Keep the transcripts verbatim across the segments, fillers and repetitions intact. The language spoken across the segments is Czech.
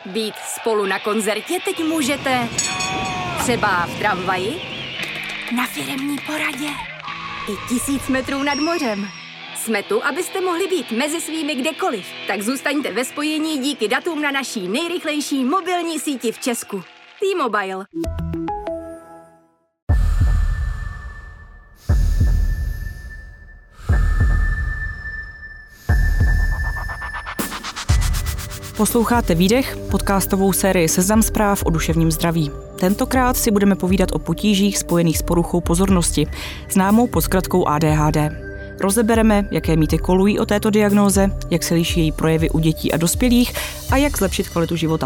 Být spolu na koncertě teď můžete třeba v tramvaji, na firemní poradě i tisíc metrů nad mořem. Jsme tu, abyste mohli být mezi svými kdekoliv. Tak zůstaňte ve spojení díky datům na naší nejrychlejší mobilní síti v Česku. T-Mobile. Posloucháte Výdech, podcastovou sérii Seznam zpráv o duševním zdraví. Tentokrát si budeme povídat o potížích spojených s poruchou pozornosti, známou pod zkratkou A D H D. Rozebereme, jaké mýty kolují o této diagnóze, jak se liší její projevy u dětí a dospělých a jak zlepšit kvalitu života.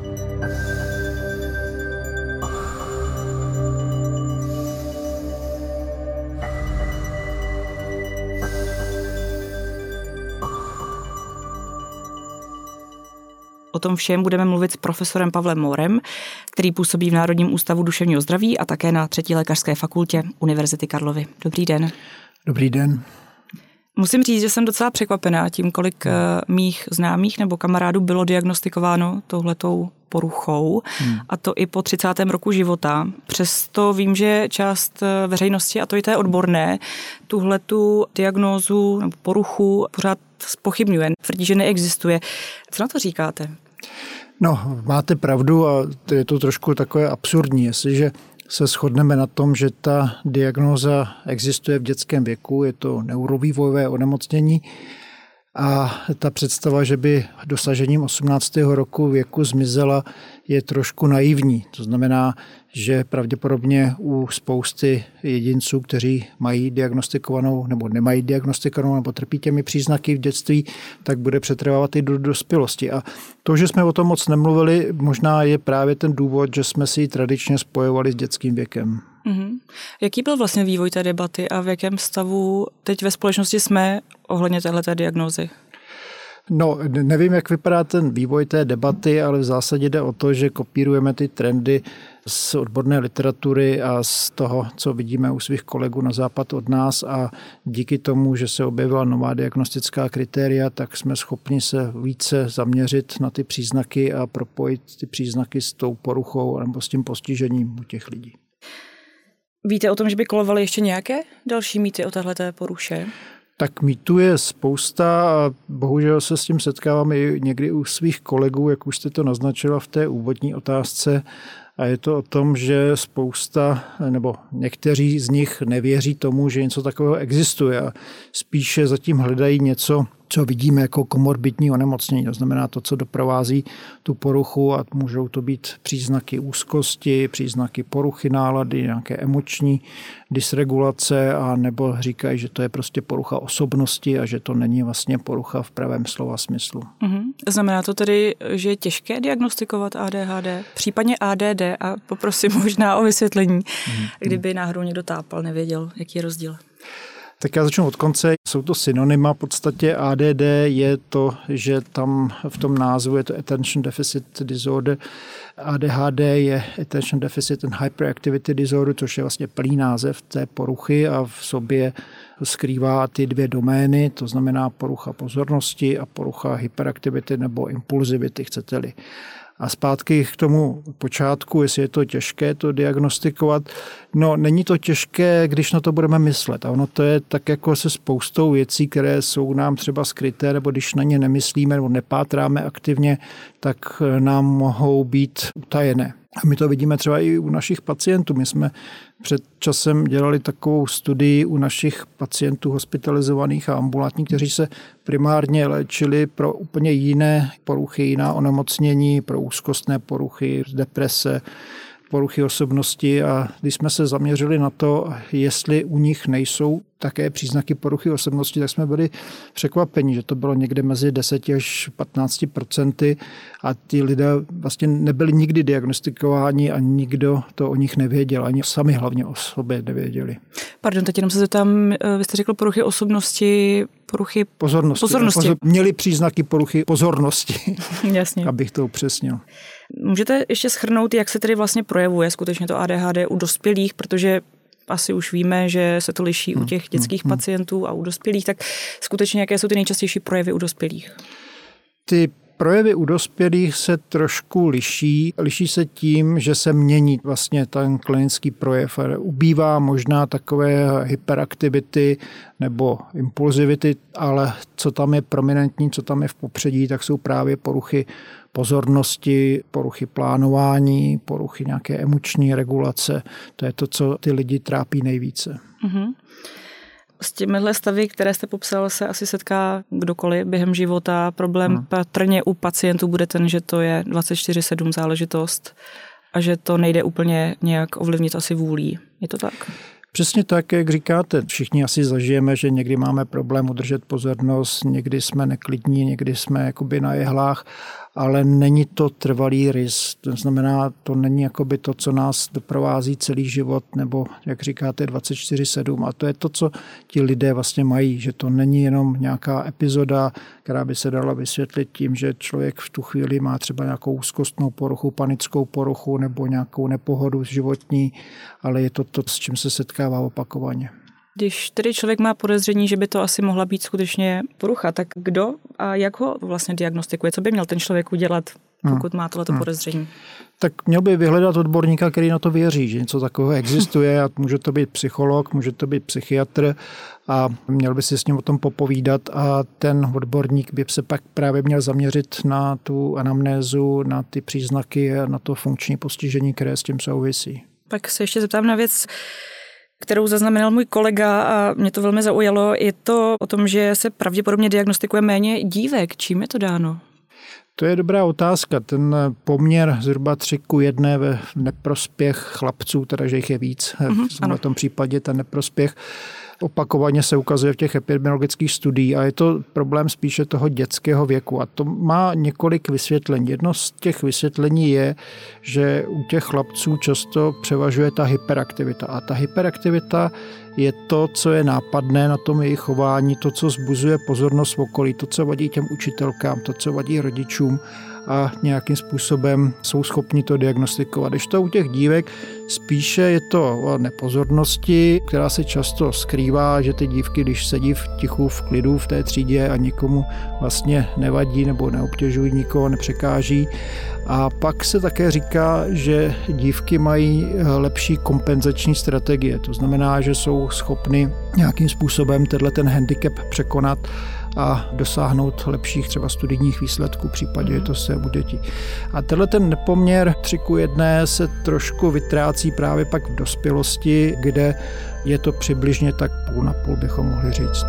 O tom všem budeme mluvit s profesorem Pavlem Mohrem, který působí v Národním ústavu duševního zdraví a také na třetí lékařské fakultě Univerzity Karlovy. Dobrý den. Dobrý den. Musím říct, že jsem docela překvapená tím, kolik mých známých nebo kamarádů bylo diagnostikováno touhletou poruchou, hmm. a to i po třicátém roku života. Přesto vím, že část veřejnosti, a to i té odborné, tuhletu diagnózu nebo poruchu pořád zpochybňuje, tvrdí, že neexistuje. Co na to říkáte? No, máte pravdu a je to trošku takové absurdní, jestliže se shodneme na tom, že ta diagnóza existuje v dětském věku, je to neurovývojové onemocnění a ta představa, že by dosažením osmnáctého roku věku zmizela, je trošku naivní. To znamená, že pravděpodobně u spousty jedinců, kteří mají diagnostikovanou nebo nemají diagnostikovanou nebo trpí těmi příznaky v dětství, tak bude přetrvávat i do dospělosti. A to, že jsme o tom moc nemluvili, možná je právě ten důvod, že jsme si ji tradičně spojovali s dětským věkem. Mm-hmm. Jaký byl vlastně vývoj té debaty a v jakém stavu teď ve společnosti jsme ohledně téhleté diagnózy? No, nevím, jak vypadá ten vývoj té debaty, ale v zásadě jde o to, že kopírujeme ty trendy z odborné literatury a z toho, co vidíme u svých kolegů na západ od nás, a díky tomu, že se objevila nová diagnostická kritéria, tak jsme schopni se více zaměřit na ty příznaky a propojit ty příznaky s tou poruchou nebo s tím postižením u těch lidí. Víte o tom, že by kolovaly ještě nějaké další mýty o téhleté poruše? Tak mýtů je spousta a bohužel se s tím setkávám i někdy u svých kolegů, jak už jste to naznačila v té úvodní otázce. A je to o tom, že spousta, nebo někteří z nich nevěří tomu, že něco takového existuje a spíše zatím hledají něco, co vidíme jako komorbidní onemocnění. To znamená to, co doprovází tu poruchu, a můžou to být příznaky úzkosti, příznaky poruchy nálady, nějaké emoční dysregulace, a nebo říkají, že to je prostě porucha osobnosti a že to není vlastně porucha v pravém slova smyslu. Mm-hmm. Znamená to tedy, že je těžké diagnostikovat A D H D, případně A D D, a poprosím možná o vysvětlení, mm-hmm. kdyby náhodou někdo tápal, nevěděl, jaký je rozdíl. Tak já začnu od konce. Jsou to synonyma. V podstatě A D D je to, že tam v tom názvu je to Attention Deficit Disorder. A D H D je Attention Deficit and Hyperactivity Disorder, což je vlastně plný název té poruchy a v sobě skrývá ty dvě domény, to znamená porucha pozornosti a porucha hyperaktivity nebo impulzivity, chcete-li. A zpátky k tomu počátku, jestli je to těžké to diagnostikovat. No, není to těžké, když na to budeme myslet. A ono to je tak jako se spoustou věcí, které jsou nám třeba skryté, nebo když na ně nemyslíme nebo nepátráme aktivně, tak nám mohou být utajené. A my to vidíme třeba i u našich pacientů. My jsme před časem dělali takovou studii u našich pacientů hospitalizovaných a ambulantních, kteří se primárně léčili pro úplně jiné poruchy, jiná onemocnění, pro úzkostné poruchy, deprese, poruchy osobnosti, a když jsme se zaměřili na to, jestli u nich nejsou také příznaky poruchy osobnosti, tak jsme byli překvapeni, že to bylo někde mezi deset až patnáct procenty a ty lidé vlastně nebyli nikdy diagnostikováni a nikdo to o nich nevěděl, ani sami hlavně o sobě nevěděli. Pardon, teď jenom se zeptám, vy jste řekl poruchy osobnosti, poruchy pozornosti. pozornosti. Měli příznaky poruchy pozornosti, jasně. Abych to upřesnil. Můžete ještě shrnout, jak se tedy vlastně projevuje skutečně to A D H D u dospělých, protože asi už víme, že se to liší u těch dětských hmm. pacientů a u dospělých, tak skutečně jaké jsou ty nejčastější projevy u dospělých? Ty projevy u dospělých se trošku liší. Liší se tím, že se mění vlastně ten klinický projev. Ubývá možná takové hyperaktivity nebo impulzivity, ale co tam je prominentní, co tam je v popředí, tak jsou právě poruchy pozornosti, poruchy plánování, poruchy nějaké emoční regulace. To je to, co ty lidi trápí nejvíce. Mm-hmm. S těmihle stavy, které jste popsal, se asi setká kdokoliv během života. Problém hmm. patrně u pacientů bude ten, že to je dvacet čtyři sedm záležitost a že to nejde úplně nějak ovlivnit asi vůlí. Je to tak? Přesně tak, jak říkáte. Všichni asi zažijeme, že někdy máme problém udržet pozornost, někdy jsme neklidní, někdy jsme jakoby na jehlách, ale není to trvalý rys. To znamená, to není jakoby to, co nás doprovází celý život, nebo jak říkáte dvacet čtyři sedm. A to je to, co ti lidé vlastně mají, že to není jenom nějaká epizoda, která by se dala vysvětlit tím, že člověk v tu chvíli má třeba nějakou úzkostnou poruchu, panickou poruchu nebo nějakou nepohodu životní, ale je to to, s čím se setkává opakovaně. Když tedy člověk má podezření, že by to asi mohla být skutečně porucha, tak kdo a jak ho vlastně diagnostikuje? Co by měl ten člověk udělat, pokud hmm. má tohleto hmm. podezření? Tak měl by vyhledat odborníka, který na to věří, že něco takového existuje a může to být psycholog, může to být psychiatr a měl by si s ním o tom popovídat a ten odborník by se pak právě měl zaměřit na tu anamnézu, na ty příznaky a na to funkční postižení, které s tím souvisí. Pak se ještě zeptám na věc, kterou zaznamenal můj kolega a mě to velmi zaujalo. Je to o tom, že se pravděpodobně diagnostikuje méně dívek. Čím je to dáno? To je dobrá otázka. Ten poměr zhruba tři ku jedné ve neprospěch chlapců, teda že jich je víc, mm-hmm, v tom případě ten neprospěch, opakovaně se ukazuje v těch epidemiologických studiích a je to problém spíše toho dětského věku. A to má několik vysvětlení. Jedno z těch vysvětlení je, že u těch chlapců často převažuje ta hyperaktivita. A ta hyperaktivita je to, co je nápadné na tom jejich chování, to, co vzbuzuje pozornost v okolí, to, co vadí těm učitelkám, to, co vadí rodičům a nějakým způsobem jsou schopni to diagnostikovat. Když to u těch dívek spíše je to o nepozornosti, která se často skrývá, že ty dívky, když sedí v tichu, v klidu v té třídě a nikomu vlastně nevadí nebo neobtěžují nikoho, nepřekáží. A pak se také říká, že dívky mají lepší kompenzační strategie. To znamená, že jsou schopny nějakým způsobem tenhle ten handicap překonat a dosáhnout lepších třeba studijních výsledků, v případě je to se u dětí. A tenhle ten nepoměr tři ku jedné se trošku vytrácí právě pak v dospělosti, kde je to přibližně tak půl na půl, bychom mohli říct.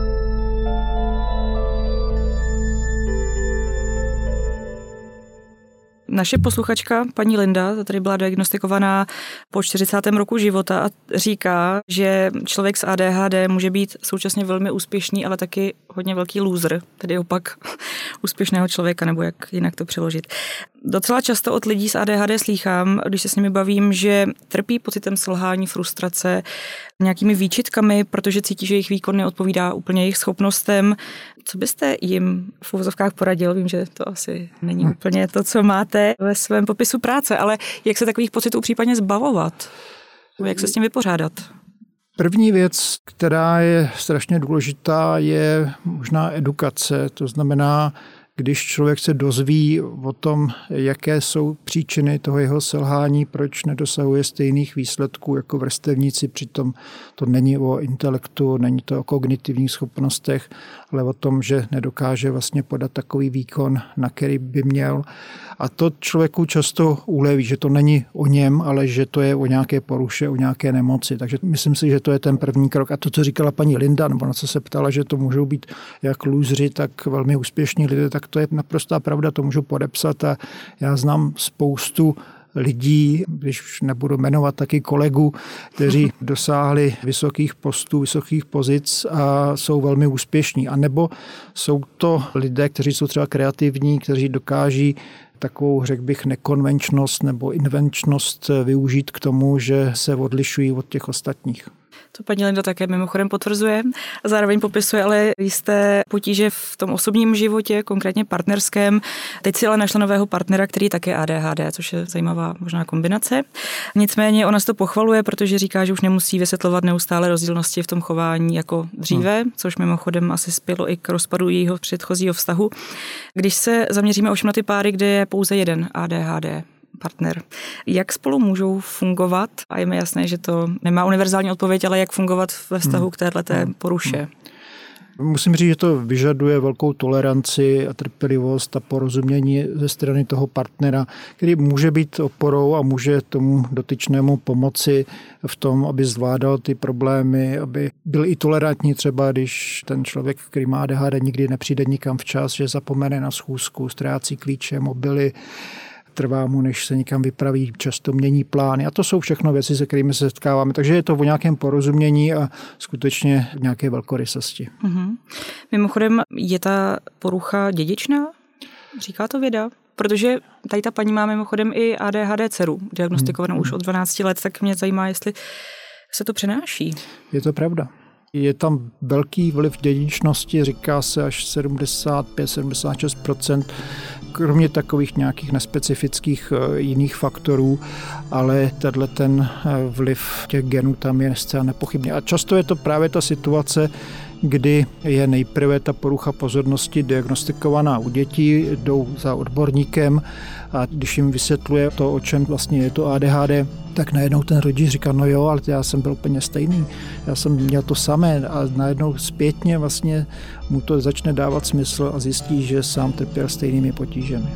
Naše posluchačka, paní Linda, ta tady byla diagnostikovaná po čtyřicátém roku života a říká, že člověk s A D H D může být současně velmi úspěšný, ale taky hodně velký loser, tedy opak úspěšného člověka, nebo jak jinak to přeložit. Docela často od lidí s A D H D slýchám, když se s nimi bavím, že trpí pocitem selhání, frustrace, nějakými výčitkami, protože cítí, že jejich výkon neodpovídá úplně jejich schopnostem. Co byste jim v uvozovkách poradil? Vím, že to asi není úplně to, co máte ve svém popisu práce, ale jak se takových pocitů případně zbavovat? Jak se s tím vypořádat? První věc, která je strašně důležitá, je možná edukace. To znamená, když člověk se dozví o tom, jaké jsou příčiny toho jeho selhání, proč nedosahuje stejných výsledků jako vrstevníci, přitom to není o intelektu, není to o kognitivních schopnostech, ale o tom, že nedokáže vlastně podat takový výkon, na který by měl. A to člověku často uleví, že to není o něm, ale že to je o nějaké poruše, o nějaké nemoci. Takže myslím si, že to je ten první krok. A to, co říkala paní Linda, nebo na co se ptala, že to můžou být jak lůzři, tak velmi úspěšní lidé, tak to je naprostá pravda, to můžu podepsat. A já znám spoustu lidí, když nebudu jmenovat taky kolegů, kteří dosáhli vysokých postů, vysokých pozic a jsou velmi úspěšní. A nebo jsou to lidé, kteří jsou třeba kreativní, kteří dokáží takovou, řekl bych, nekonvenčnost nebo invenčnost využít k tomu, že se odlišují od těch ostatních. To paní Linda také mimochodem potvrzuje a zároveň popisuje ale jisté potíže v tom osobním životě, konkrétně partnerském. Teď si ale našla nového partnera, který je také A D H D, což je zajímavá možná kombinace. Nicméně ona se to pochvaluje, protože říká, že už nemusí vysvětlovat neustále rozdílnosti v tom chování jako dříve, hmm. což mimochodem asi spělo i k rozpadu jejího předchozího vztahu. Když se zaměříme ovšem na ty páry, kde je pouze jeden A D H D partner. Jak spolu můžou fungovat? A je mi jasné, že to nemá univerzální odpověď, ale jak fungovat ve vztahu hmm. k téhleté hmm. poruše? Musím říct, že to vyžaduje velkou toleranci a trpělivost a porozumění ze strany toho partnera, který může být oporou a může tomu dotyčnému pomoci v tom, aby zvládal ty problémy, aby byl i tolerantní třeba, když ten člověk, který má A D H D, nikdy nepřijde nikam včas, že zapomene na schůzku, ztrácí klíče, mobily, trvá mu, než se někam vypraví, často mění plány. A to jsou všechno věci, se kterými se setkáváme. Takže je to o nějakém porozumění a skutečně nějaké velkorysosti. Mm-hmm. Mimochodem, je ta porucha dědičná? Říká to věda? Protože tady ta paní má mimochodem i A D H D dceru, diagnostikovanou mm-hmm. už od dvanácti let, tak mě zajímá, jestli se to přenáší. Je to pravda. Je tam velký vliv dědičnosti, říká se až sedmdesát pět až sedmdesát šest procent, kromě takových nějakých nespecifických jiných faktorů, ale tenhle ten vliv těch genů tam je zcela nepochybný. A často je to právě ta situace, kdy je nejprve ta porucha pozornosti diagnostikovaná u dětí, jdou za odborníkem a když jim vysvětluje to, o čem vlastně je to A D H D, tak najednou ten rodič říká, no jo, ale já jsem byl úplně stejný, já jsem měl to samé a najednou zpětně vlastně mu to začne dávat smysl a zjistí, že sám trpěl stejnými potížemi.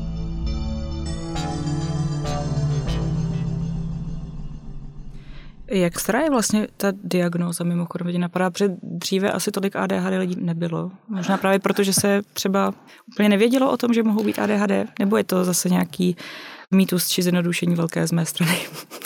Jak stará je vlastně ta diagnóza mimochodem, mě napadá, protože dříve asi tolik A D H D lidí nebylo. Možná právě proto, že se třeba úplně nevědělo o tom, že mohou být A D H D, nebo je to zase nějaký mýtus či zjednodušení velké z mé strany?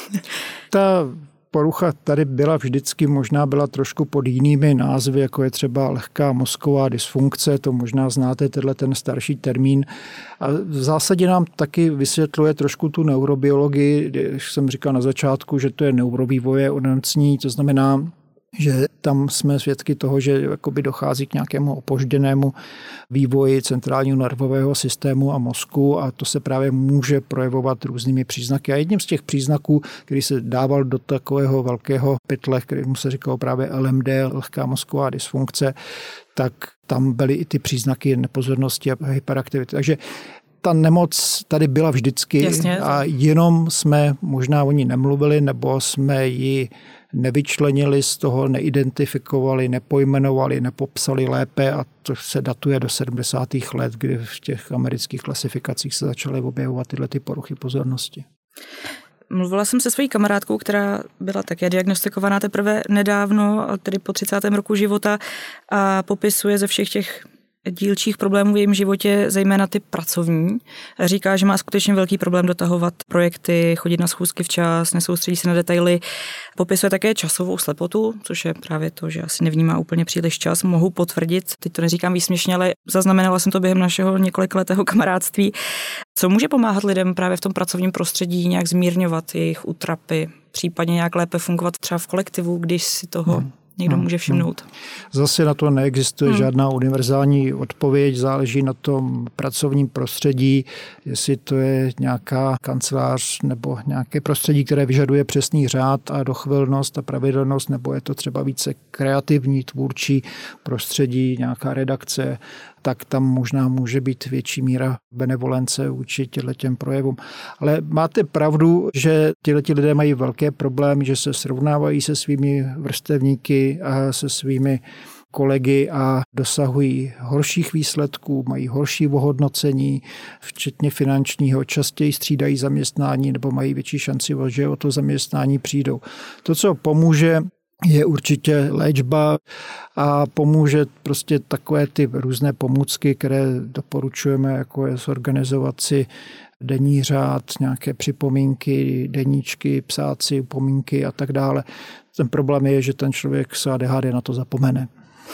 Ta porucha tady byla vždycky, možná byla trošku pod jinými názvy, jako je třeba lehká mozková dysfunkce, to možná znáte, tenhle ten starší termín. A v zásadě nám taky vysvětluje trošku tu neurobiologii, když jsem říkal na začátku, že to je neurovývoje onemocnění, to znamená, že tam jsme svědky toho, že jakoby dochází k nějakému opožděnému vývoji centrálního nervového systému a mozku a to se právě může projevovat různými příznaky. A jedním z těch příznaků, který se dával do takového velkého pytle, kterému se říkalo právě L M D, lehká mozková dysfunkce, tak tam byly i ty příznaky nepozornosti a hyperaktivity. Takže ta nemoc tady byla vždycky. Jasně. A jenom jsme možná o ní nemluvili, nebo jsme ji nevyčlenili z toho, neidentifikovali, nepojmenovali, nepopsali lépe a to se datuje do sedmdesátých let, kdy v těch amerických klasifikacích se začaly objevovat tyhle ty poruchy pozornosti. Mluvila jsem se svojí kamarádkou, která byla také diagnostikovaná teprve nedávno, tedy po třicátém roku života a popisuje ze všech těch dílčích problémů v jejím životě, zejména ty pracovní. Říká, že má skutečně velký problém dotahovat projekty, chodit na schůzky včas, nesoustředí se na detaily. Popisuje také časovou slepotu, což je právě to, že asi nevnímá úplně příliš čas. Mohu potvrdit, teď to neříkám výsměšně, ale zaznamenala jsem to během našeho několikletého kamarádství. Co může pomáhat lidem právě v tom pracovním prostředí, nějak zmírňovat jejich útrapy, případně nějak lépe fungovat třeba v kolektivu, když si toho hmm. někdo může všimnout. Zase na to neexistuje hmm. žádná univerzální odpověď, záleží na tom pracovním prostředí, jestli to je nějaká kancelář nebo nějaké prostředí, které vyžaduje přesný řád a dochvilnost a pravidelnost, nebo je to třeba více kreativní, tvůrčí prostředí, nějaká redakce, tak tam možná může být větší míra benevolence vůči těm projevům. Ale máte pravdu, že těhleti lidé mají velké problémy, že se srovnávají se svými vrstevníky a se svými kolegy a dosahují horších výsledků, mají horší ohodnocení, včetně finančního, častěji střídají zaměstnání nebo mají větší šanci, že o to zaměstnání přijdou. To, co pomůže, je určitě léčba a pomůže prostě takové ty různé pomůcky, které doporučujeme, jako je zorganizovat si denní řád, nějaké připomínky, deníčky, psát si upomínky a tak dále. Ten problém je, že ten člověk s A D H D na to zapomene.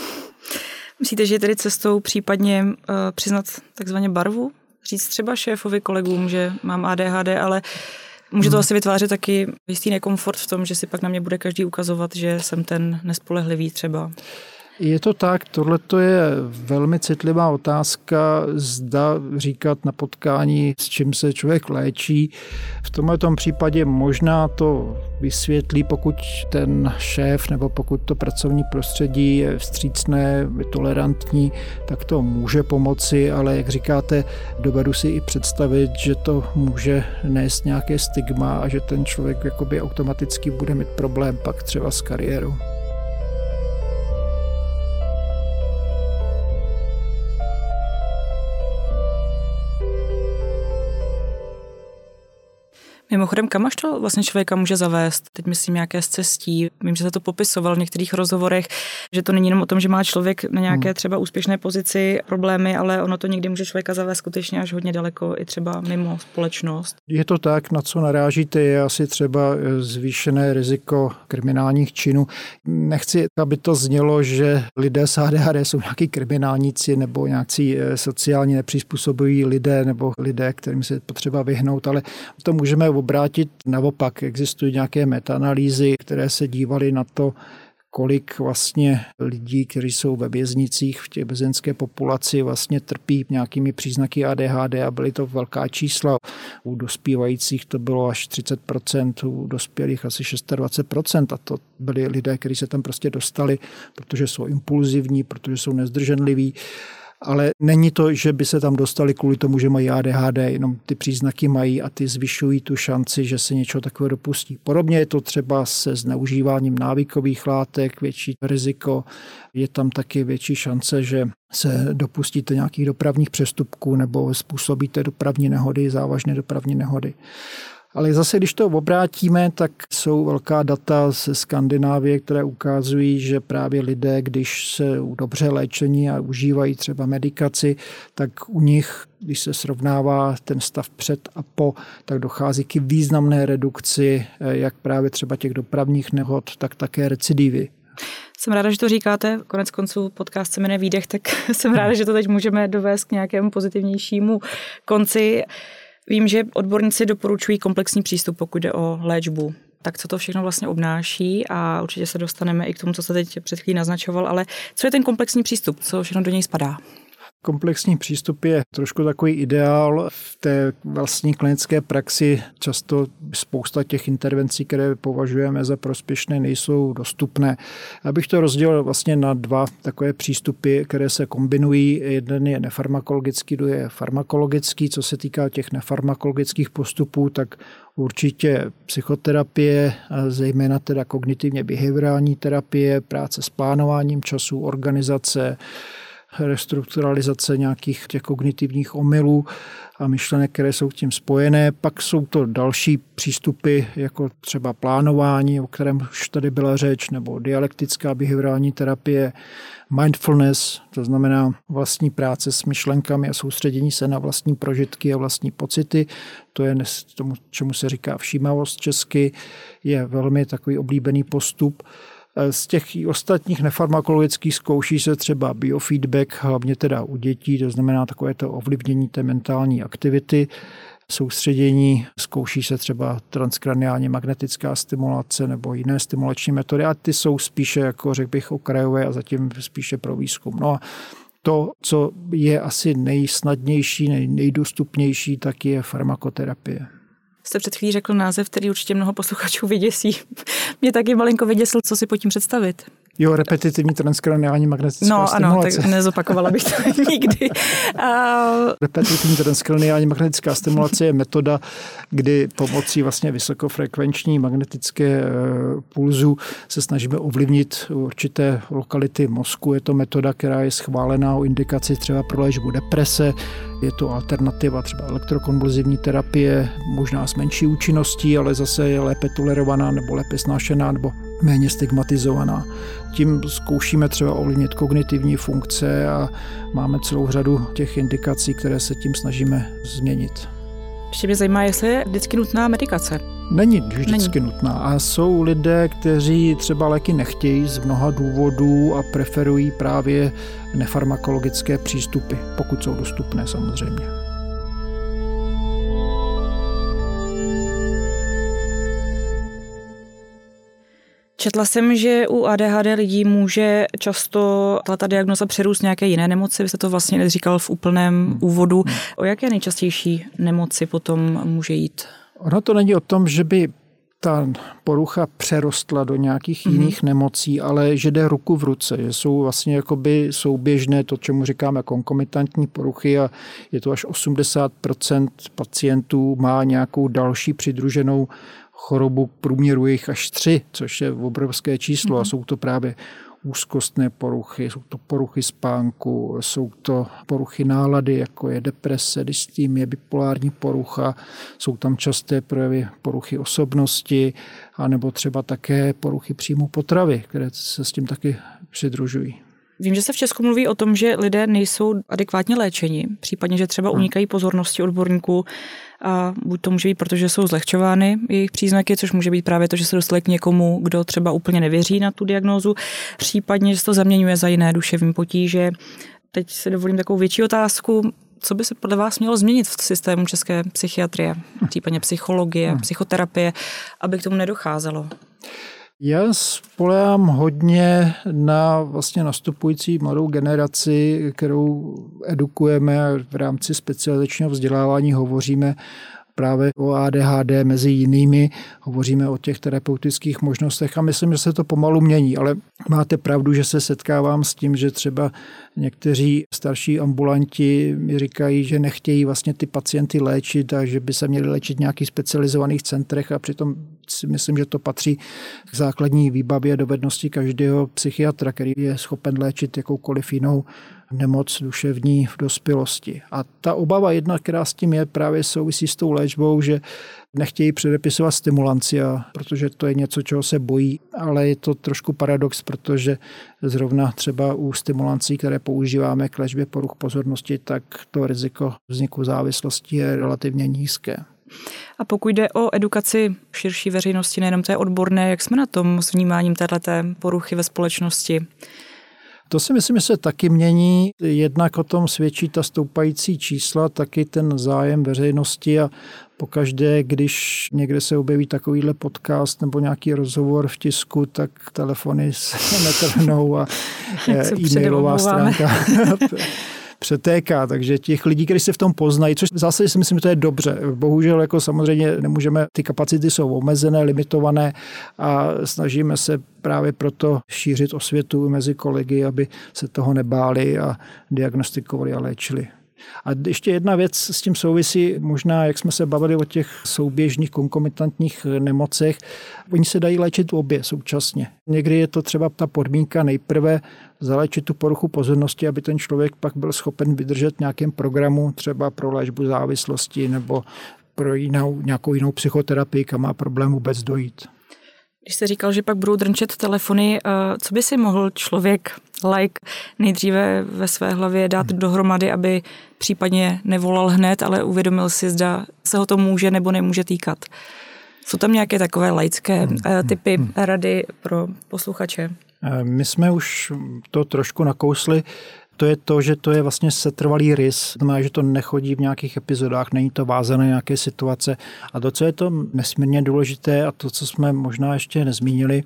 Myslíte, že je tedy cestou případně uh, přiznat takzvaně barvu? Říct třeba šéfovi, kolegům, že mám A D H D, ale Může to hmm. asi vytvářet taky jistý nekomfort v tom, že si pak na mě bude každý ukazovat, že jsem ten nespolehlivý třeba. Je to tak, tohle je velmi citlivá otázka, zda říkat na potkání, s čím se člověk léčí. V tomto případě možná to vysvětlí, pokud ten šéf nebo pokud to pracovní prostředí je vstřícné, je tolerantní, tak to může pomoci, ale jak říkáte, dovedu si i představit, že to může nést nějaké stigma a že ten člověk jakoby automaticky bude mít problém pak třeba s kariérou. Mimochodem, kam až to vlastně člověka může zavést? Teď myslím nějaké z cestí. Vím, že se to popisoval v některých rozhovorech, že to není jenom o tom, že má člověk na nějaké třeba úspěšné pozici problémy, ale ono to někdy může člověka zavést skutečně až hodně daleko i třeba mimo společnost. Je to tak, na co narážíte, je asi třeba zvýšené riziko kriminálních činů. Nechci, aby to znělo, že lidé s A D H D jsou nějaký kriminálníci nebo nějaký sociálně nepřizpůsobiví lidé nebo lidé, kterým se potřeba vyhnout, ale to můžeme obrátit naopak. Existují nějaké metaanalýzy, které se dívaly na to, kolik vlastně lidí, kteří jsou ve věznicích v té vězeňské populaci, vlastně trpí nějakými příznaky A D H D a byly to velká čísla. U dospívajících to bylo až třicet procent, u dospělých asi dvacet šest procent a to byli lidé, kteří se tam prostě dostali, protože jsou impulzivní, protože jsou nezdrženliví. Ale není to, že by se tam dostali kvůli tomu, že mají A D H D, jenom ty příznaky mají a ty zvyšují tu šanci, že se něčeho takového dopustí. Podobně je to třeba se zneužíváním návykových látek, větší riziko, je tam taky větší šance, že se dopustíte nějakých dopravních přestupků nebo způsobíte dopravní nehody, závažné dopravní nehody. Ale zase, když to obrátíme, tak jsou velká data ze Skandinávie, které ukazují, že právě lidé, když se dobře léčení a užívají třeba medikaci, tak u nich, když se srovnává ten stav před a po, tak dochází k významné redukci jak právě třeba těch dopravních nehod, tak také recidivy. Jsem ráda, že to říkáte. Konec konců podcast se jmenuje Výdech, tak jsem ráda, že to teď můžeme dovést k nějakému pozitivnějšímu konci. Vím, že odborníci doporučují komplexní přístup, pokud jde o léčbu. Tak co to všechno vlastně obnáší a určitě se dostaneme i k tomu, co se teď před chvílí naznačoval, ale co je ten komplexní přístup, co všechno do něj spadá? Komplexní přístup je trošku takový ideál. V té vlastní klinické praxi často spousta těch intervencí, které považujeme za prospěšné, nejsou dostupné. Abych to rozdělil vlastně na dva takové přístupy, které se kombinují. Jeden je nefarmakologický, druhý je farmakologický. Co se týká těch nefarmakologických postupů, tak určitě psychoterapie, zejména teda kognitivně behaviorální terapie, práce s plánováním času, organizace, restrukturalizace nějakých těch kognitivních omylů a myšlenek, které jsou tím spojené. Pak jsou to další přístupy, jako třeba plánování, o kterém už tady byla řeč, nebo dialektická behaviorální terapie, mindfulness, to znamená vlastní práce s myšlenkami a soustředění se na vlastní prožitky a vlastní pocity. To je tomu, čemu se říká všímavost česky, je velmi takový oblíbený postup. Z těch ostatních nefarmakologických zkouší se třeba biofeedback, hlavně teda u dětí, to znamená takové to ovlivnění té mentální aktivity, soustředění, zkouší se třeba transkraniální magnetická stimulace nebo jiné stimulační metody a ty jsou spíše, jako řekl bych, okrajové a zatím spíše pro výzkum. No a to, co je asi nejsnadnější, nej, nejdostupnější, tak je farmakoterapie. Jste před chvílí řekl název, který určitě mnoho posluchačů vyděsí. Mě taky malinko vyděsil, co si pod tím představit. Jo, repetitivní transkraniální magnetická no, stimulace. No ano, tak nezopakovala bych to nikdy. Uh... Repetitivní transkraniální magnetická stimulace je metoda, kdy pomocí vlastně vysokofrekvenční magnetické pulzu se snažíme ovlivnit určité lokality mozku. Je to metoda, která je schválená o indikaci třeba pro léčbu deprese. Je to alternativa třeba elektrokonvulzivní terapie, možná s menší účinností, ale zase je lépe tolerovaná nebo lépe snášená nebo méně stigmatizovaná. Tím zkoušíme třeba ovlivnit kognitivní funkce a máme celou řadu těch indikací, které se tím snažíme změnit. Ještě mě zajímá, jestli je vždycky nutná medikace. Není vždycky Není. nutná. A jsou lidé, kteří třeba léky nechtějí z mnoha důvodů a preferují právě nefarmakologické přístupy, pokud jsou dostupné samozřejmě. Četla jsem, že u A D H D lidí může často ta diagnoza přerůst nějaké jiné nemoci. Vy jste to vlastně neříkal v úplném hmm. úvodu. O jaké nejčastější nemoci potom může jít? Ono to není o tom, že by ta porucha přerostla do nějakých mm-hmm. jiných nemocí, ale že jde ruku v ruce, že jsou vlastně jakoby souběžné, to, čemu říkáme konkomitantní poruchy, a je to až osmdesát procent pacientů má nějakou další přidruženou chorobu, průměru jich až tři, což je obrovské číslo, mm-hmm. a jsou to právě úzkostné poruchy, jsou to poruchy spánku, jsou to poruchy nálady, jako je deprese, dystémie, bipolární porucha, jsou tam časté projevy poruchy osobnosti, anebo třeba také poruchy příjmu potravy, které se s tím taky přidružují. Vím, že se v Česku mluví o tom, že lidé nejsou adekvátně léčeni, případně, že třeba unikají pozornosti odborníků, a buď to může být, protože jsou zlehčovány jejich příznaky, což může být právě to, že se dostali k někomu, kdo třeba úplně nevěří na tu diagnózu, případně, že se to zaměňuje za jiné duševní potíže. Teď si dovolím takovou větší otázku. Co by se podle vás mělo změnit v systému české psychiatrie, případně psychologie, psychoterapie, aby k tomu nedocházelo? Já spoléhám hodně na vlastně nastupující mladou generaci, kterou edukujeme a v rámci specializačního vzdělávání hovoříme právě o A D H D mezi jinými, hovoříme o těch terapeutických možnostech a myslím, že se to pomalu mění, ale máte pravdu, že se setkávám s tím, že třeba někteří starší ambulanti mi říkají, že nechtějí vlastně ty pacienty léčit a že by se měli léčit v nějakých specializovaných centrech, a přitom si myslím, že to patří k základní výbavě dovednosti každého psychiatra, který je schopen léčit jakoukoliv jinou nemoc duševní v dospělosti. A ta obava jedna, která s tím je, právě souvisí s tou léčbou, že nechtějí předepisovat stimulancia, protože to je něco, čeho se bojí, ale je to trošku paradox, protože zrovna třeba u stimulancí, které používáme k léčbě poruch pozornosti, tak to riziko vzniku závislosti je relativně nízké. A pokud jde o edukaci širší veřejnosti, nejenom té odborné, jak jsme na tom s vnímáním téhleté poruchy ve společnosti? To si myslím, že se taky mění. Jednak o tom svědčí ta stoupající čísla, taky ten zájem veřejnosti, a pokaždé, když někde se objeví takovýhle podcast nebo nějaký rozhovor v tisku, tak telefony se netrhnou a e-mailová stránka přetéká, takže těch lidí, kteří se v tom poznají, což zase si myslím, že to je dobře. Bohužel jako samozřejmě nemůžeme, ty kapacity jsou omezené, limitované a snažíme se právě proto šířit osvětu mezi kolegy, aby se toho nebáli a diagnostikovali a léčili. A ještě jedna věc s tím souvisí, možná jak jsme se bavili o těch souběžných konkomitantních nemocech, oni se dají léčit obě současně. Někdy je to třeba ta podmínka nejprve zaléčit tu poruchu pozornosti, aby ten člověk pak byl schopen vydržet v nějakém programu, třeba pro léčbu závislosti nebo pro jinou, nějakou jinou psychoterapii, kam má problém vůbec dojít. Když jste říkal, že pak budou drnčet telefony, co by si mohl člověk like nejdříve ve své hlavě dát dohromady, aby případně nevolal hned, ale uvědomil si, zda se ho to může nebo nemůže týkat? Jsou tam nějaké takové laické typy rady pro posluchače? My jsme už to trošku nakousli. To je to, že to je vlastně setrvalý rys. Znamená, že to nechodí v nějakých epizodách, není to vázané nějaké situace. A to, co je to nesmírně důležité a to, co jsme možná ještě nezmínili,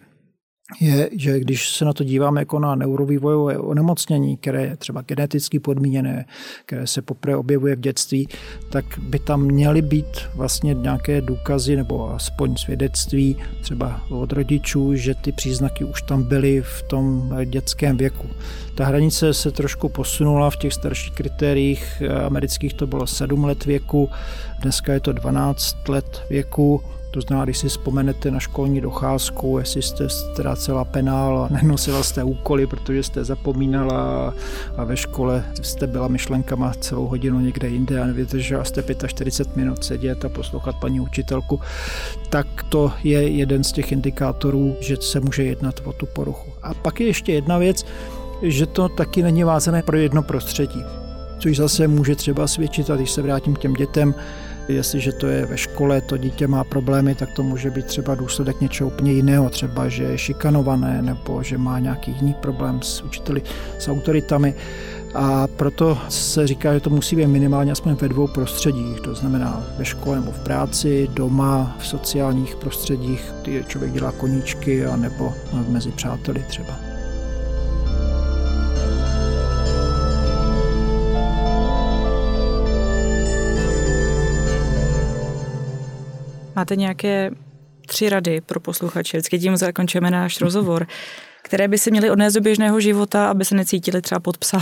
je, že když se na to díváme jako na neurovývojové onemocnění, které je třeba geneticky podmíněné, které se poprvé objevuje v dětství, tak by tam měly být vlastně nějaké důkazy nebo aspoň svědectví třeba od rodičů, že ty příznaky už tam byly v tom dětském věku. Ta hranice se trošku posunula v těch starších kritériích amerických, to bylo sedm let věku, dneska je to dvanáct let věku. To znamená, když si vzpomenete na školní docházku, jestli jste ztrácela penál a nenosila jste úkoly, protože jste zapomínala a ve škole jste byla myšlenkama celou hodinu někde jinde a nevydržela jste čtyřicet pět minut sedět a poslouchat paní učitelku, tak to je jeden z těch indikátorů, že se může jednat o tu poruchu. A pak je ještě jedna věc, že to taky není vázané pro jedno prostředí, což zase může třeba svědčit, a když se vrátím k těm dětem, jestliže to je ve škole, to dítě má problémy, tak to může být třeba důsledek něčeho úplně jiného, třeba že je šikanované nebo že má nějaký jiný problém s učiteli, s autoritami. A proto se říká, že to musí být minimálně aspoň ve dvou prostředích, to znamená ve škole nebo v práci, doma, v sociálních prostředích, kde člověk dělá koníčky, anebo mezi přáteli třeba. Máte nějaké tři rady pro posluchače? Vždycky tím zakončíme náš rozhovor, které by si měli odnést do běžného života, aby se necítili třeba pod psa.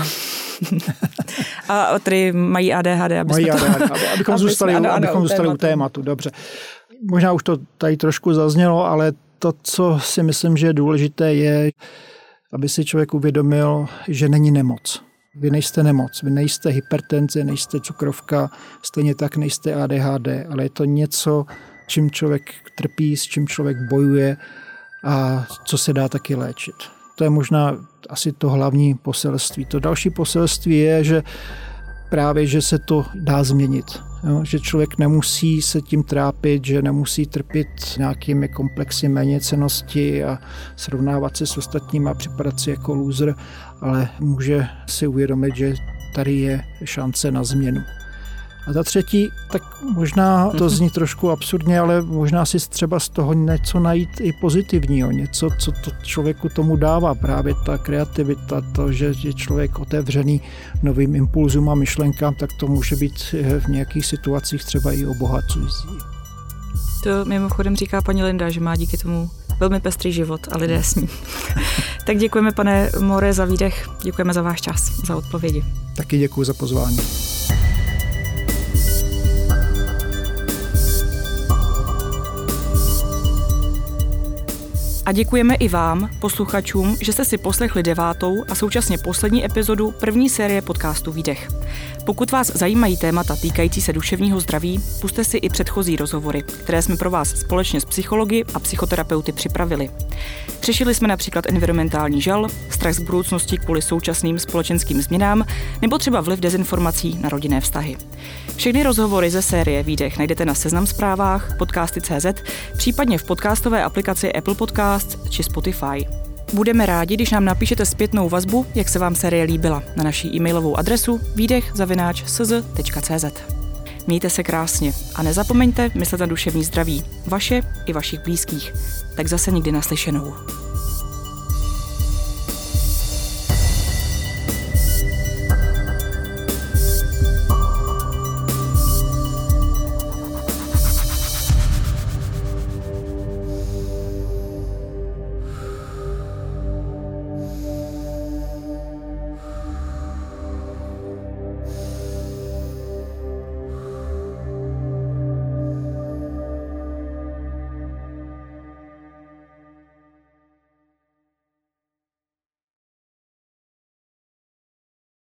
A tedy mají A D H D, aby mají to... A D H D, aby, abychom aby zůstali, jsme, ano, abychom ano, zůstali u tématu. Dobře. Možná už to tady trošku zaznělo, ale to, co si myslím, že je důležité, je, aby si člověk uvědomil, že není nemoc. Vy nejste nemoc, vy nejste hypertenze, nejste cukrovka, stejně tak nejste A D H D, ale je to něco, čím člověk trpí, s čím člověk bojuje a co se dá taky léčit. To je možná asi to hlavní poselství. To další poselství je, že právě, že se to dá změnit. Jo? Že člověk nemusí se tím trápit, že nemusí trpět nějakými komplexy méněcennosti a srovnávat se s ostatními a připadat si jako loser, ale může si uvědomit, že tady je šance na změnu. A ta třetí, tak možná to zní trošku absurdně, ale možná si třeba z toho něco najít i pozitivního, něco, co to člověku tomu dává, právě ta kreativita, to, že je člověk otevřený novým impulzům a myšlenkám, tak to může být v nějakých situacích třeba i obohacující. To mimochodem říká paní Linda, že má díky tomu velmi pestrý život a lidé s ní. Tak děkujeme, pane More, za výdech, děkujeme za váš čas, za odpovědi. Taky děkuji za pozvání. A děkujeme i vám, posluchačům, že jste si poslechli devátou a současně poslední epizodu první série podcastu Výdech. Pokud vás zajímají témata týkající se duševního zdraví, pusťte si i předchozí rozhovory, které jsme pro vás společně s psychologi a psychoterapeuty připravili. Řešili jsme například environmentální žal, strach z budoucnosti kvůli současným společenským změnám nebo třeba vliv dezinformací na rodinné vztahy. Všechny rozhovory ze série Výdech najdete na Seznam Zprávách, podcasty tečka cé zet, případně v podcastové aplikaci Apple Podcasts či Spotify. Budeme rádi, když nám napíšete zpětnou vazbu, jak se vám série líbila, na naší e-mailovou adresu výdech zavináč s z tečka cé zet. Mějte se krásně a nezapomeňte myslet na duševní zdraví, vaše i vašich blízkých. Tak zase nikdy naslyšenou.